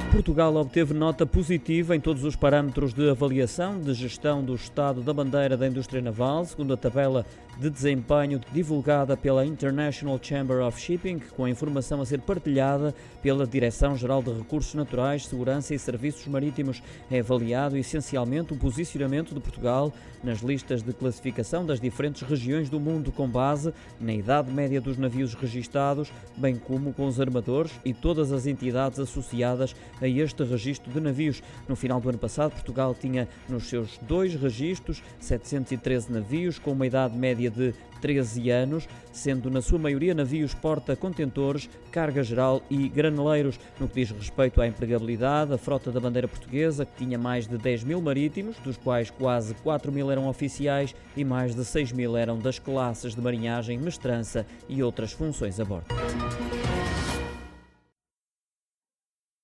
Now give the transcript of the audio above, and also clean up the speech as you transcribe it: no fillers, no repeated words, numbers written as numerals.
Portugal obteve nota positiva em todos os parâmetros de avaliação de gestão do estado da bandeira da indústria naval, segundo a tabela de desempenho divulgada pela International Chamber of Shipping, com a informação a ser partilhada pela Direção-Geral de Recursos Naturais, Segurança e Serviços Marítimos. É avaliado essencialmente o posicionamento de Portugal nas listas de classificação das diferentes regiões do mundo, com base na idade média dos navios registados, bem como com os armadores e todas as entidades associadas a este registro de navios. No final do ano passado, Portugal tinha nos seus 2 registros 713 navios com uma idade média de 13 anos, sendo na sua maioria navios porta-contentores, carga geral e graneleiros. No que diz respeito à empregabilidade, a frota da bandeira portuguesa, que tinha mais de 10 mil marítimos, dos quais quase 4 mil eram oficiais e mais de 6 mil eram das classes de marinhagem, mestrança e outras funções a bordo.